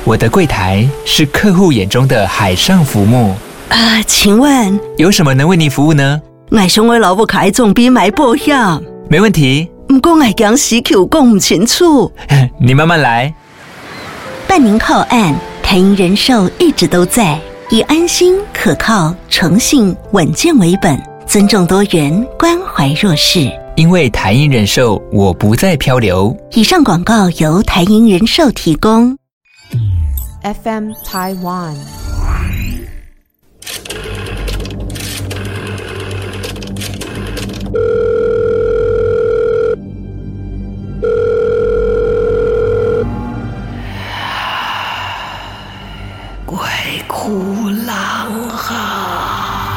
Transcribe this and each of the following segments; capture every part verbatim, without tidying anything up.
我的柜台是客户眼中的海上浮木啊、呃，请问有什么能为您服务呢？ 我想我老婆开总比买保险。 没问题。 不过我讲时口讲不清楚。 你慢慢来。 办您靠岸，台银人寿一直都在，以安心、可靠、诚信、稳健为本，尊重多元，关怀弱势。 因为台银人寿，我不再漂流。 以上广告由台银人寿提供。 F M Taiwan。 鬼哭狼嚎。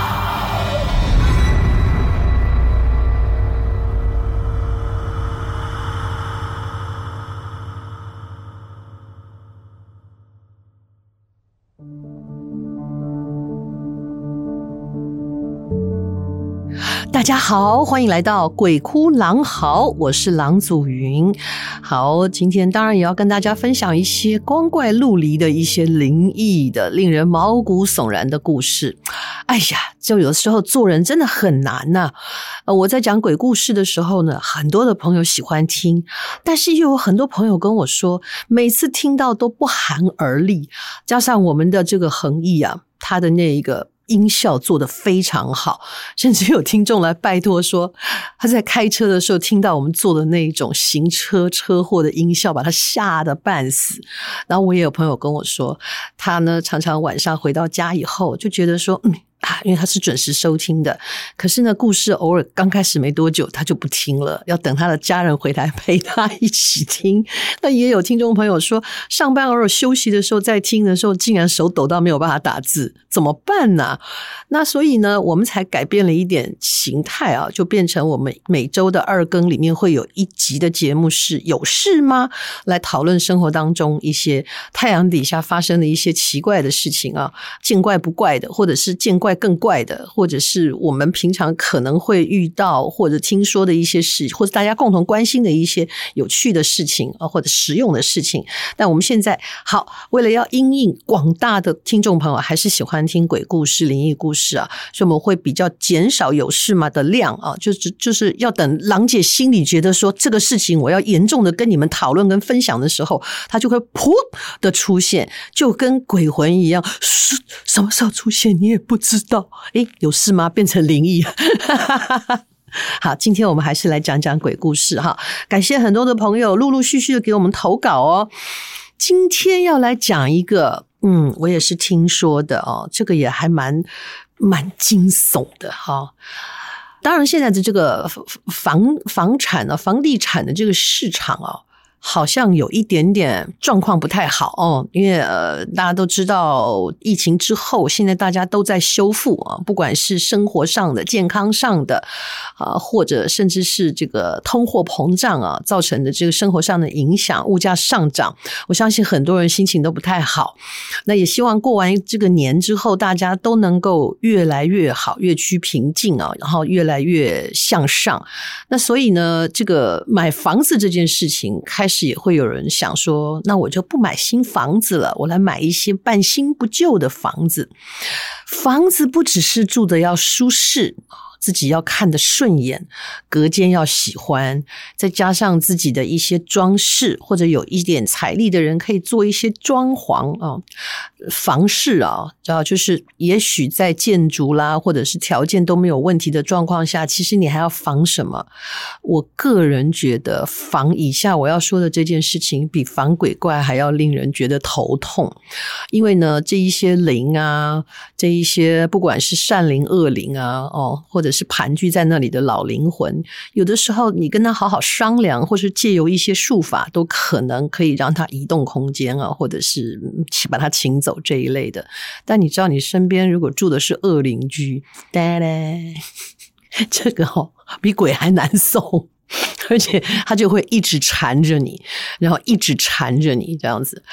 大家好，欢迎来到鬼哭狼嚎，我是郎祖云。好，今天当然也要跟大家分享一些光怪陆离的一些灵异的令人毛骨悚然的故事。哎呀，就有的时候做人真的很难呐、啊。呃，我在讲鬼故事的时候呢，很多的朋友喜欢听，但是又有很多朋友跟我说，每次听到都不寒而栗。加上我们的这个恒毅啊，他的那一个音效做得非常好，甚至有听众来拜托说，他在开车的时候听到我们做的那种行车车祸的音效，把他吓得半死。然后我也有朋友跟我说，他呢常常晚上回到家以后就觉得说，嗯啊，因为他是准时收听的，可是呢故事偶尔刚开始没多久他就不听了，要等他的家人回来陪他一起听。那也有听众朋友说，上班偶尔休息的时候在听的时候，竟然手抖到没有办法打字，怎么办呢？那所以呢我们才改变了一点形态啊，就变成我们每周的二更里面会有一集的节目是有事吗？来讨论生活当中一些太阳底下发生的一些奇怪的事情啊，见怪不怪的，或者是见怪更怪的，或者是我们平常可能会遇到或者听说的一些事，或者大家共同关心的一些有趣的事情或者实用的事情。但我们现在好，为了要因应广大的听众朋友还是喜欢听鬼故事灵异故事啊，所以我们会比较减少有事嘛的量啊，就是就是要等郎姐心里觉得说这个事情我要严重的跟你们讨论跟分享的时候，它就会噗的出现，就跟鬼魂一样，什么时候出现你也不知道。诶，有事吗？变成灵异。好，今天我们还是来讲讲鬼故事哈。感谢很多的朋友陆陆续续的给我们投稿哦。今天要来讲一个，嗯，我也是听说的哦，这个也还蛮蛮惊悚的哈。当然，现在的这个房房产啊、房地产的这个市场啊，好像有一点点状况不太好哦，因为呃，大家都知道疫情之后，现在大家都在修复啊，不管是生活上的、健康上的啊，或者甚至是这个通货膨胀啊造成的这个生活上的影响，物价上涨，我相信很多人心情都不太好。那也希望过完这个年之后，大家都能够越来越好，越趋平静啊，然后越来越向上。那所以呢，这个买房子这件事情开始。也会有人想说，那我就不买新房子了，我来买一些半新不旧的房子。房子不只是住的要舒适，自己要看得顺眼，隔间要喜欢，再加上自己的一些装饰，或者有一点财力的人可以做一些装潢啊，房市啊，就是也许在建筑啦，或者是条件都没有问题的状况下，其实你还要防什么？我个人觉得防以下我要说的这件事情，比防鬼怪还要令人觉得头痛。因为呢，这一些灵啊，这一些不管是善灵恶灵啊，哦，或者是盘踞在那里的老灵魂，有的时候你跟他好好商量，或是借由一些术法，都可能可以让他移动空间啊，或者是把他请走这一类的。但你知道你身边如果住的是恶邻居，哒哒这个哦比鬼还难受，而且他就会一直缠着你，然后一直缠着你这样子。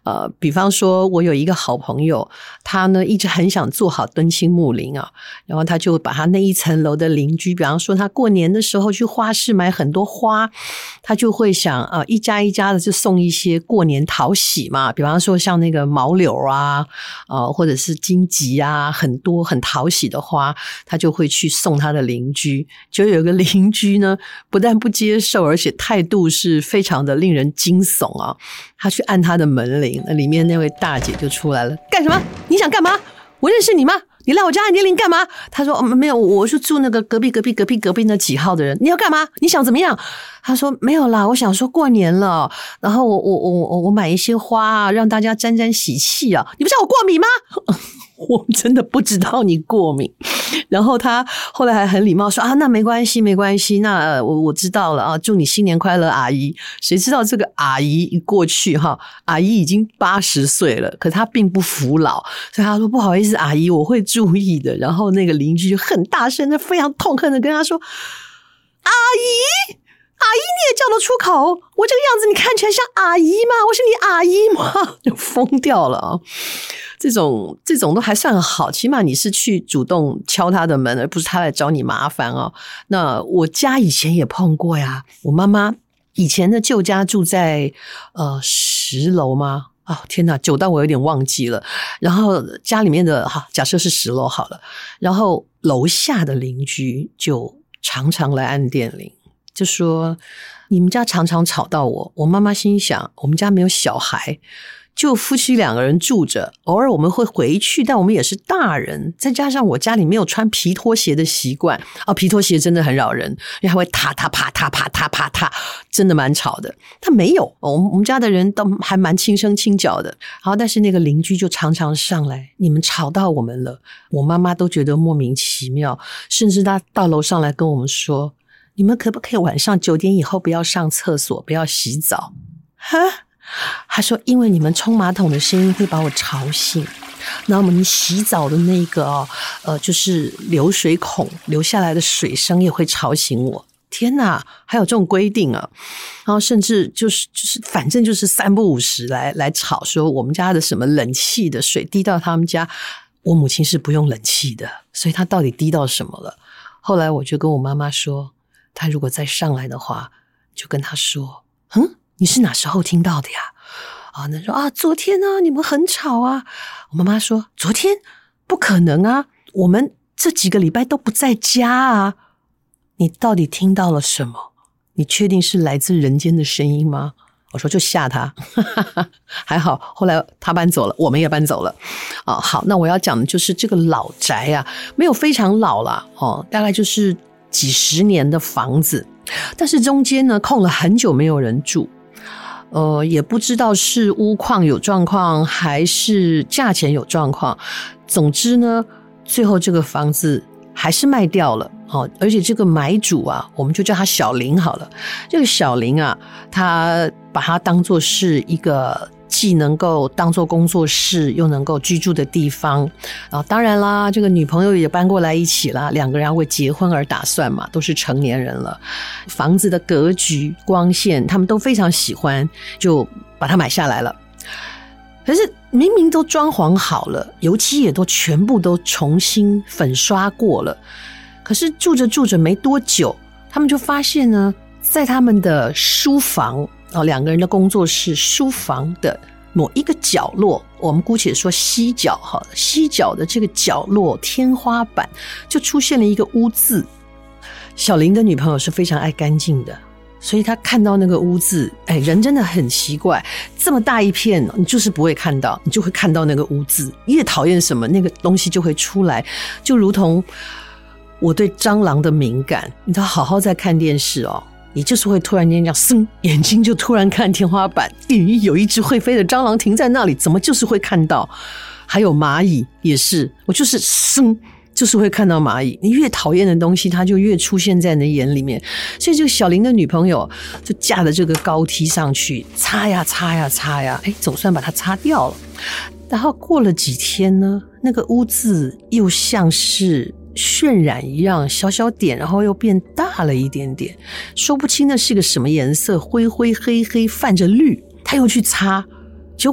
呃，比方说我有一个好朋友，他呢一直很想做好敦亲睦邻啊，然后他就把他那一层楼的邻居，比方说他过年的时候去花市买很多花，他就会想呃一家一家的就送一些过年讨喜嘛，比方说像那个毛柳啊，呃或者是荆棘啊，很多很讨喜的花，他就会去送他的邻居。就有个邻居呢，不但不接受，而且态度是非常的令人惊悚啊！他去按他的门铃，那里面那位大姐就出来了，干什么？你想干嘛？我认识你吗？你来我家按电铃干嘛？他说、哦、没有，我是住那个隔壁隔壁隔壁隔壁那几号的人。你要干嘛？你想怎么样？他说没有啦，我想说过年了，然后我我我我我买一些花啊，让大家沾沾喜气啊。你不知道我过敏吗？我真的不知道你过敏。然后他后来还很礼貌说啊，那没关系没关系，那、呃、我我知道了啊，祝你新年快乐阿姨。谁知道这个阿姨一过去哈，阿姨已经八十岁了，可她并不服老，所以她说不好意思阿姨，我会注意的。然后那个邻居就很大声的非常痛恨的跟她说，阿姨阿姨你也叫得出口？我这个样子你看起来像阿姨吗？我是你阿姨吗？就疯掉了啊！这种这种都还算好，起码你是去主动敲他的门，而不是他来找你麻烦哦。那我家以前也碰过呀，我妈妈以前的旧家住在呃十楼吗？哦天哪，久到我有点忘记了。然后家里面的哈，假设是十楼好了，然后楼下的邻居就常常来按电铃。就说你们家常常吵到我，我妈妈心想我们家没有小孩，就夫妻两个人住着，偶尔我们会回去，但我们也是大人，再加上我家里没有穿皮拖鞋的习惯哦，皮拖鞋真的很扰人，因为它会踏踏啪踏啪踏啪踏，真的蛮吵的。他没有，我们我们家的人都还蛮轻声轻脚的。然后但是那个邻居就常常上来，你们吵到我们了，我妈妈都觉得莫名其妙，甚至他到楼上来跟我们说，你们可不可以晚上九点以后不要上厕所，不要洗澡？哈，他说因为你们冲马桶的声音会把我吵醒，那么你洗澡的那个哦，呃，就是流水孔流下来的水声也会吵醒我。天哪，还有这种规定啊！然后甚至就是就是反正就是三不五时来来吵说我们家的什么冷气的水滴到他们家，我母亲是不用冷气的，所以他到底滴到什么了？后来我就跟我妈妈说，他如果再上来的话，就跟他说，嗯，你是哪时候听到的呀？啊，那说啊，昨天啊，你们很吵啊。我妈妈说，昨天不可能啊，我们这几个礼拜都不在家啊。你到底听到了什么？你确定是来自人间的声音吗？我说就吓他，还好后来他搬走了，我们也搬走了。哦，好，那我要讲的就是这个老宅啊，没有非常老啦，哦，大概就是几十年的房子，但是中间呢空了很久没有人住，呃，也不知道是屋况有状况还是价钱有状况。总之呢，最后这个房子还是卖掉了哦，而且这个买主啊，我们就叫他小林好了。这个小林啊，他把它当作是一个既能够当作工作室又能够居住的地方啊，当然啦，这个女朋友也搬过来一起啦，两个人为结婚而打算嘛，都是成年人了。房子的格局、光线，他们都非常喜欢，就把它买下来了。可是明明都装潢好了，油漆也都全部都重新粉刷过了，可是住着住着没多久，他们就发现呢，在他们的书房哦，两个人的工作室书房的某一个角落，我们姑且说西角好了，西角的这个角落天花板就出现了一个污渍。小林的女朋友是非常爱干净的，所以他看到那个污渍，哎，人真的很奇怪，这么大一片你就是不会看到，你就会看到那个污渍，越讨厌什么那个东西就会出来，就如同我对蟑螂的敏感，你知道好好在看电视哦，你就是会突然间这样生眼睛就突然看天花板，有一只会飞的蟑螂停在那里，怎么就是会看到。还有蚂蚁也是，我就是生就是会看到蚂蚁，你越讨厌的东西它就越出现在你的眼里面。所以这个小林的女朋友就架着这个高梯上去擦呀擦呀擦呀，哎，总算把它擦掉了。然后过了几天呢，那个污渍又像是渲染一样，小小点，然后又变大了一点点，说不清那是个什么颜色，灰灰黑黑泛着绿。他又去擦，结果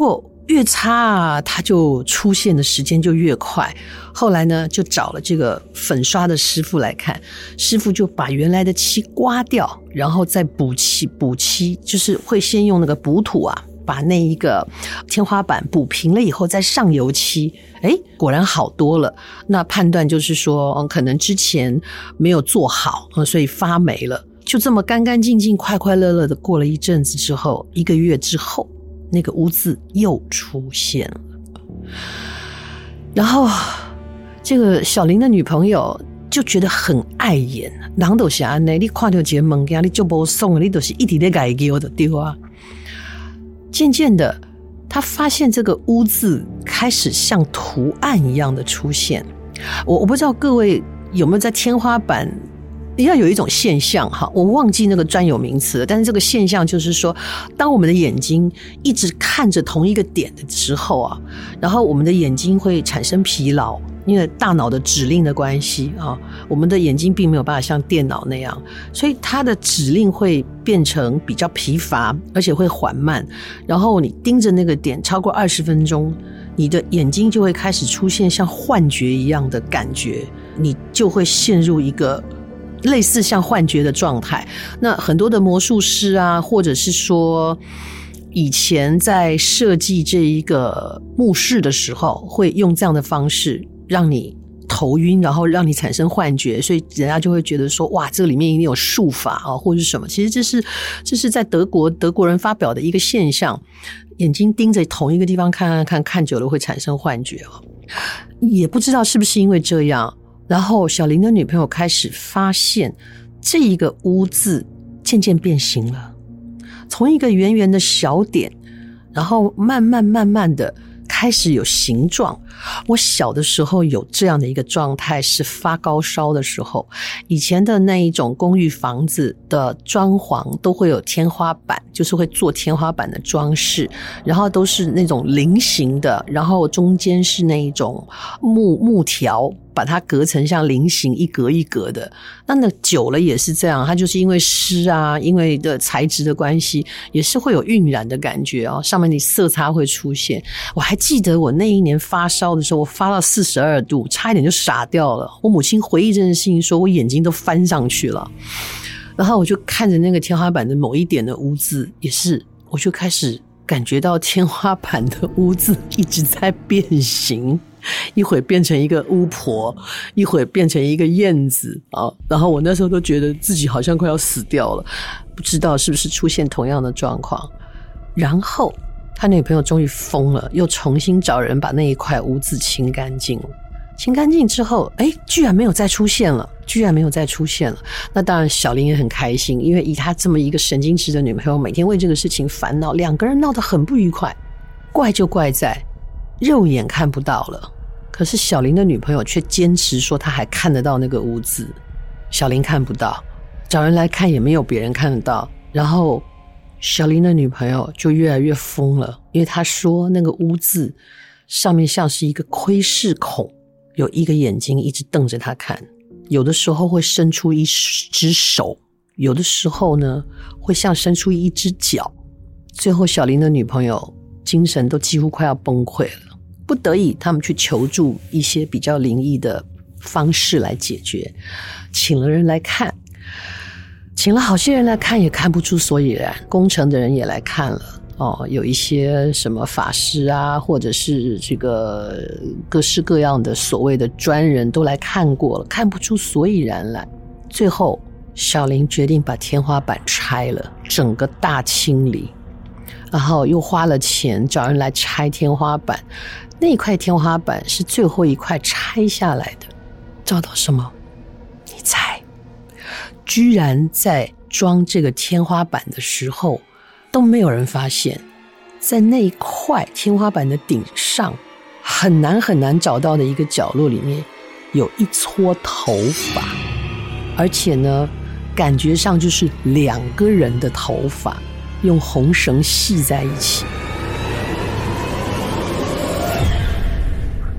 越差啊，它就出现的时间就越快。后来呢，就找了这个粉刷的师傅来看，师傅就把原来的漆刮掉，然后再补漆，补漆就是会先用那个补土啊，把那一个天花板补平了以后再上油漆，诶，果然好多了。那判断就是说，嗯，可能之前没有做好，嗯，所以发霉了。就这么干干净净、快快乐乐的过了一阵子之后，一个月之后，那个污渍又出现了。然后这个小林的女朋友就觉得很碍眼，人都是这样，你看到这个物件你就不送，你都是一直在改丢的丢啊。渐渐的他发现这个污渍开始像图案一样的出现。我我不知道各位有没有在天花板要有一种现象哈，我忘记那个专有名词了，但是这个现象就是说，当我们的眼睛一直看着同一个点的时候啊，然后我们的眼睛会产生疲劳，因为大脑的指令的关系啊，我们的眼睛并没有办法像电脑那样，所以它的指令会变成比较疲乏，而且会缓慢。然后你盯着那个点超过二十分钟，你的眼睛就会开始出现像幻觉一样的感觉，你就会陷入一个类似像幻觉的状态。那很多的魔术师啊，或者是说以前在设计这一个墓室的时候，会用这样的方式让你头晕，然后让你产生幻觉，所以人家就会觉得说，哇，这里面一定有术法啊，或者是什么。其实这是这是在德国德国人发表的一个现象，眼睛盯着同一个地方看看看，看久了会产生幻觉哦。也不知道是不是因为这样，然后小林的女朋友开始发现这一个污渍渐渐变形了，从一个圆圆的小点，然后慢慢慢慢的开始有形状。我小的时候有这样的一个状态，是发高烧的时候，以前的那一种公寓房子的装潢都会有天花板，就是会做天花板的装饰，然后都是那种菱形的，然后中间是那一种木木条把它隔成像菱形一格一格的。那那久了也是这样，它就是因为湿啊，因为的材质的关系，也是会有晕染的感觉哦，上面的色差会出现。我还记得我那一年发烧的时候，我发到四十二度，差一点就傻掉了。我母亲回忆这件事情说，我眼睛都翻上去了。然后我就看着那个天花板的某一点的污渍，也是我就开始感觉到天花板的污渍一直在变形，一会变成一个巫婆，一会变成一个燕子啊。然后我那时候都觉得自己好像快要死掉了，不知道是不是出现同样的状况。然后他女朋友终于疯了，又重新找人把那一块污渍清干净了。清干净之后，诶，居然没有再出现了，居然没有再出现了。那当然小林也很开心，因为以他这么一个神经质的女朋友，每天为这个事情烦恼，两个人闹得很不愉快。怪就怪在肉眼看不到了，可是小林的女朋友却坚持说她还看得到那个污渍。小林看不到，找人来看也没有别人看得到，然后小林的女朋友就越来越疯了，因为她说那个污渍上面像是一个窥视孔，有一个眼睛一直瞪着她看，有的时候会伸出一只手，有的时候呢会像伸出一只脚。最后小林的女朋友精神都几乎快要崩溃了，不得已他们去求助一些比较灵异的方式来解决，请了人来看，请了好些人来看也看不出所以然，工程的人也来看了哦，有一些什么法师啊，或者是这个各式各样的所谓的专人都来看过了，看不出所以然来。最后小林决定把天花板拆了，整个大清理，然后又花了钱找人来拆天花板。那块天花板是最后一块拆下来的，找到什么？你猜？居然在装这个天花板的时候都没有人发现，在那一块天花板的顶上很难很难找到的一个角落里面有一撮头发，而且呢感觉上就是两个人的头发用红绳系在一起。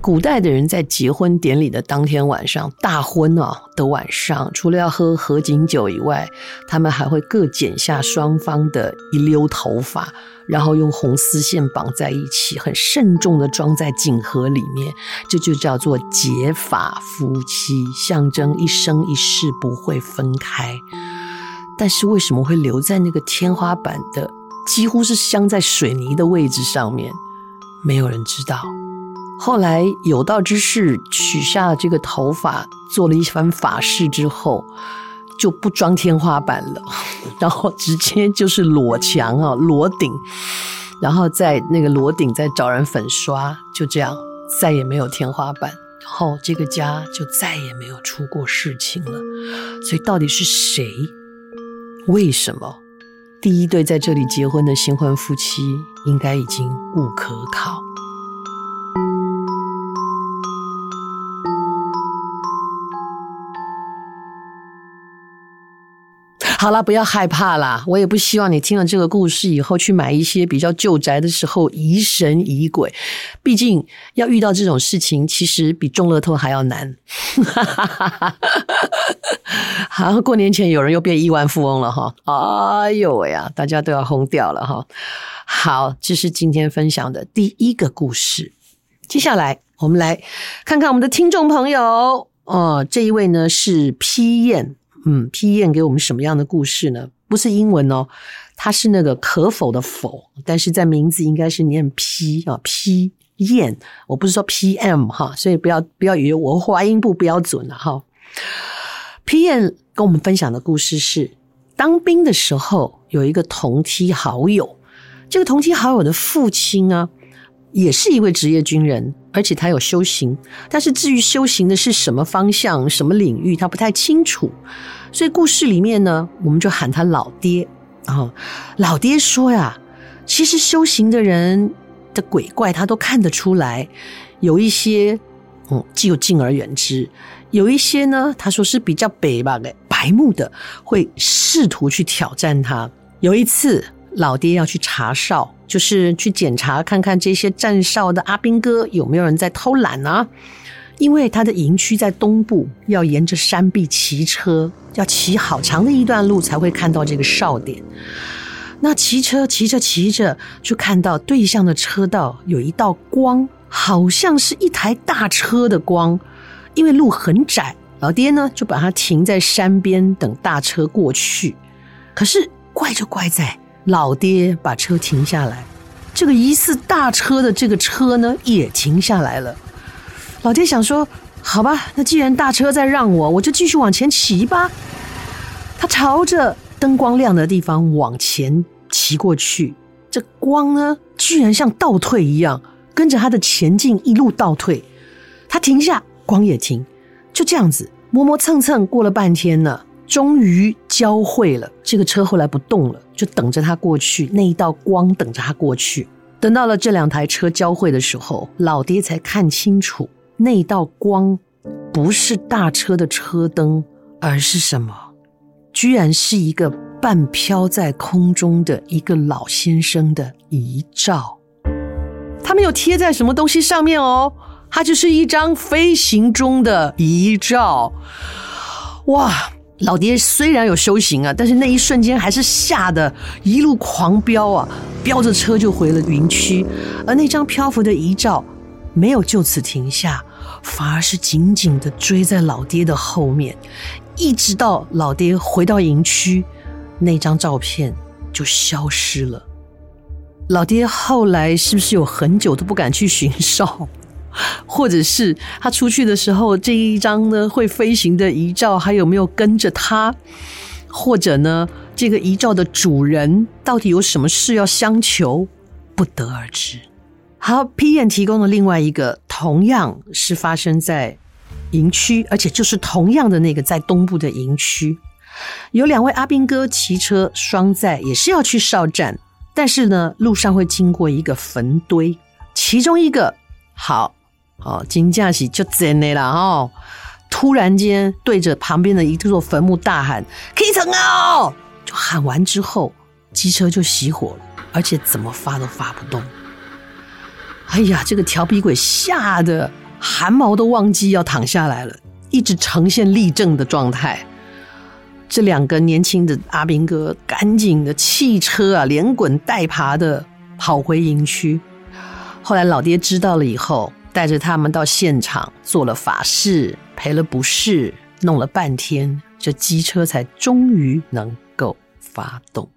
古代的人在结婚典礼的当天晚上，大婚啊的晚上，除了要喝合卺酒以外，他们还会各剪下双方的一溜头发，然后用红丝线绑在一起，很慎重的装在锦盒里面，这就叫做结发夫妻，象征一生一世不会分开。但是为什么会留在那个天花板的几乎是镶在水泥的位置上面？没有人知道。后来有道之士取下这个头发，做了一番法事之后，就不装天花板了，然后直接就是裸墙啊，裸顶，然后在那个裸顶再找人粉刷，就这样再也没有天花板，然后这个家就再也没有出过事情了。所以到底是谁？为什么？第一对在这里结婚的新婚夫妻应该已经无可考。好啦，不要害怕啦，我也不希望你听了这个故事以后去买一些比较旧宅的时候疑神疑鬼，毕竟要遇到这种事情其实比中乐透还要难。好，过年前有人又变亿万富翁了哈，哎呦喂呀，大家都要轰掉了哈。好，这是今天分享的第一个故事。接下来我们来看看我们的听众朋友哦，这一位呢是批燕。嗯，批燕给我们什么样的故事呢？不是英文哦，它是那个可否的否，但是在名字应该是念批啊，批燕，我不是说 P M 哈，所以不要不要以为我发音不标准了哈。批燕跟我们分享的故事是，当兵的时候有一个同梯好友，这个同梯好友的父亲啊，也是一位职业军人，而且他有修行，但是至于修行的是什么方向、什么领域，他不太清楚。所以故事里面呢，我们就喊他老爹。哦，老爹说呀，其实修行的人的鬼怪他都看得出来，有一些嗯，就敬而远之，有一些呢，他说是比较北吧的白目的，会试图去挑战他。有一次老爹要去查哨，就是去检查看看这些站哨的阿兵哥有没有人在偷懒啊。因为他的营区在东部，要沿着山壁骑车，要骑好长的一段路才会看到这个哨点。那骑车骑着骑着，就看到对向的车道有一道光，好像是一台大车的光。因为路很窄，老爹呢就把它停在山边等大车过去。可是怪就怪在老爹把车停下来，这个疑似大车的这个车呢也停下来了。老爹想说，好吧，那既然大车在让我，我就继续往前骑吧。他朝着灯光亮的地方往前骑过去，这光呢居然像倒退一样，跟着他的前进一路倒退。他停下，光也停，就这样子磨磨蹭蹭过了半天呢，终于交汇了。这个车后来不动了，就等着他过去，那一道光等着他过去。等到了这两台车交汇的时候，老爹才看清楚，那一道光不是大车的车灯，而是什么？居然是一个半飘在空中的一个老先生的遗照。他没有贴在什么东西上面哦，它就是一张飞行中的遗照。哇，老爹虽然有修行啊，但是那一瞬间还是吓得一路狂飙啊，飙着车就回了营区。而那张漂浮的遗照没有就此停下，反而是紧紧地追在老爹的后面，一直到老爹回到营区，那张照片就消失了。老爹后来是不是有很久都不敢去巡哨？或者是他出去的时候，这一张呢会飞行的遗照还有没有跟着他？或者呢，这个遗照的主人到底有什么事要相求？不得而知。好，批燕提供了另外一个同样是发生在营区，而且就是同样的那个在东部的营区，有两位阿兵哥骑车双载，也是要去哨站，但是呢路上会经过一个坟堆，其中一个好哦，真的是就真的啦哦！突然间对着旁边的一座坟墓大喊“起床啊！”就喊完之后，机车就熄火了，而且怎么发都发不动。哎呀，这个调皮鬼吓得汗毛都忘记要躺下来了，一直呈现立正的状态。这两个年轻的阿兵哥赶紧的汽车啊，连滚带爬的跑回营区。后来老爹知道了以后，带着他们到现场做了法事，赔了不是，弄了半天，这机车才终于能够发动。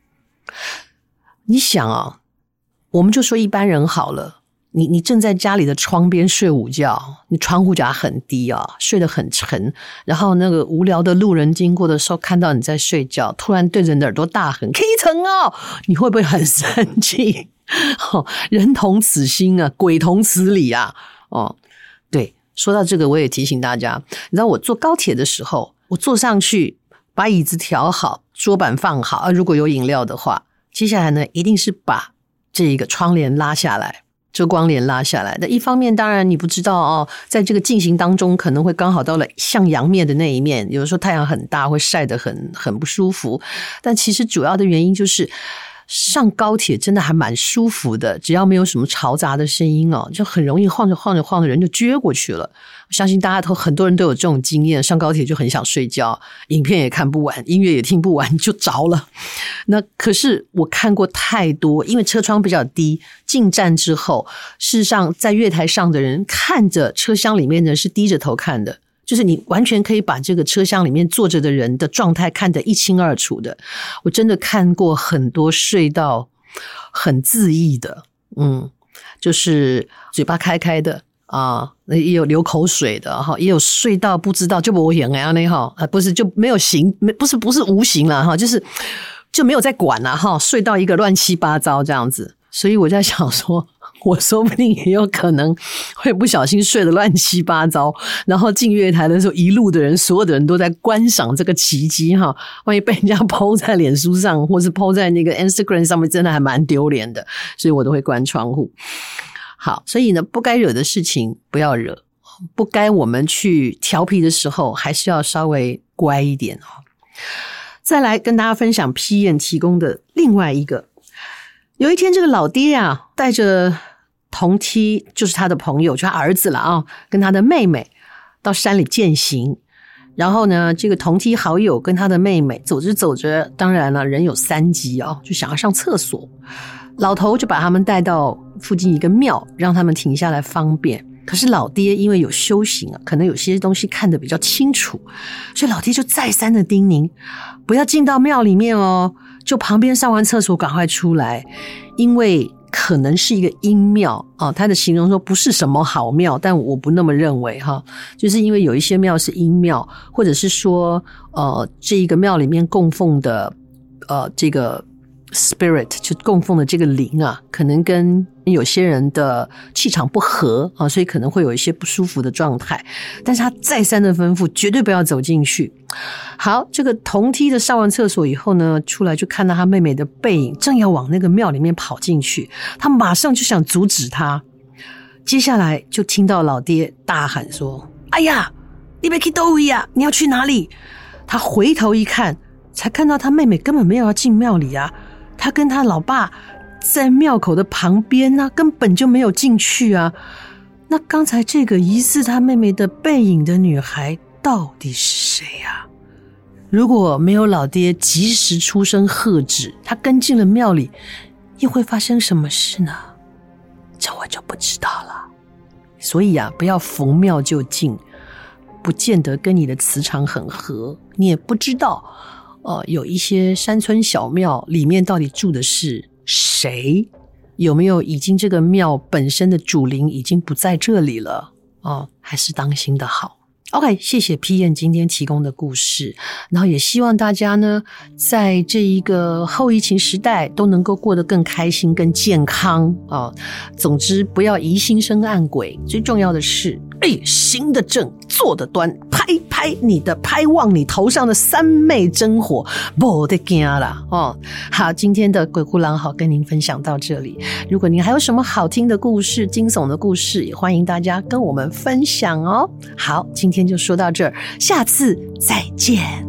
你想啊，我们就说一般人好了，你你正在家里的窗边睡午觉，你窗户夹很低啊，睡得很沉，然后那个无聊的路人经过的时候看到你在睡觉，突然对着你的耳朵大喊 K 层哦，你会不会很生气？哦，人同此心啊，鬼同此理啊。哦，对，说到这个我也提醒大家，你知道我坐高铁的时候，我坐上去把椅子调好，桌板放好，啊，如果有饮料的话，接下来呢一定是把这个窗帘拉下来，遮光帘拉下来。那一方面当然你不知道哦，在这个进行当中可能会刚好到了向阳面的那一面，有的时候太阳很大会晒得很很不舒服，但其实主要的原因就是上高铁真的还蛮舒服的，只要没有什么嘈杂的声音哦，就很容易晃着晃着晃着人就撅过去了。我相信大家都很多人都有这种经验，上高铁就很想睡觉，影片也看不完，音乐也听不完就着了。那可是我看过太多，因为车窗比较低，进站之后事实上在月台上的人看着车厢里面的人是低着头看的，就是你完全可以把这个车厢里面坐着的人的状态看得一清二楚的。我真的看过很多睡到很恣意的，嗯，就是嘴巴开开的啊，也有流口水的哈，也有睡到不知道就没形啊那哈，不是就没有形，不是不是无形啦哈，就是就没有在管啦哈，睡到一个乱七八糟这样子。所以我在想说，我说不定也有可能会不小心睡得乱七八糟，然后进月台的时候，一路的人所有的人都在观赏这个奇迹哈，万一被人家 po 在脸书上或是 po 在那个 Instagram 上面，真的还蛮丢脸的，所以我都会关窗户。好，所以呢，不该惹的事情不要惹，不该我们去调皮的时候还是要稍微乖一点哦。再来跟大家分享 P 燕提供的另外一个，有一天这个老爹啊带着同梯，就是他的朋友，就他儿子了啊，跟他的妹妹到山里健行。然后呢，这个同梯好友跟他的妹妹走着走着，当然了，人有三急哦，就想要上厕所。老头就把他们带到附近一个庙，让他们停下来方便。可是老爹因为有修行啊，可能有些东西看得比较清楚，所以老爹就再三的叮咛，不要进到庙里面哦，就旁边上完厕所赶快出来，因为可能是一个阴庙啊。他的形容说不是什么好庙，但我不那么认为哈，就是因为有一些庙是阴庙，或者是说呃这一个庙里面供奉的呃这个spirit 就供奉的这个灵啊，可能跟有些人的气场不合啊，所以可能会有一些不舒服的状态。但是他再三的吩咐，绝对不要走进去。好，这个同梯的上完厕所以后呢，出来就看到他妹妹的背影，正要往那个庙里面跑进去，他马上就想阻止他。接下来就听到老爹大喊说：“哎呀，你别去哪里呀？你要去哪里？”他回头一看，才看到他妹妹根本没有要进庙里啊。他跟他老爸在庙口的旁边啊，根本就没有进去啊。那刚才这个疑似他妹妹的背影的女孩到底是谁啊？如果没有老爹及时出声喝止，他跟进了庙里，又会发生什么事呢？这我就不知道了。所以啊，不要逢庙就进，不见得跟你的磁场很合，你也不知道呃，有一些山村小庙里面到底住的是谁？有没有已经这个庙本身的主灵已经不在这里了？哦，还是当心的好。OK， 谢谢 P 燕今天提供的故事，然后也希望大家呢，在这一个后疫情时代都能够过得更开心、更健康啊。总之，不要疑心生暗鬼，最重要的是，哎，行得正，坐得端，拍拍你的，拍往你头上的三昧真火，没得惊啦哦。好，今天的鬼哭狼嚎跟您分享到这里。如果您还有什么好听的故事、惊悚的故事，也欢迎大家跟我们分享哦。好，今天就说到这儿，下次再见。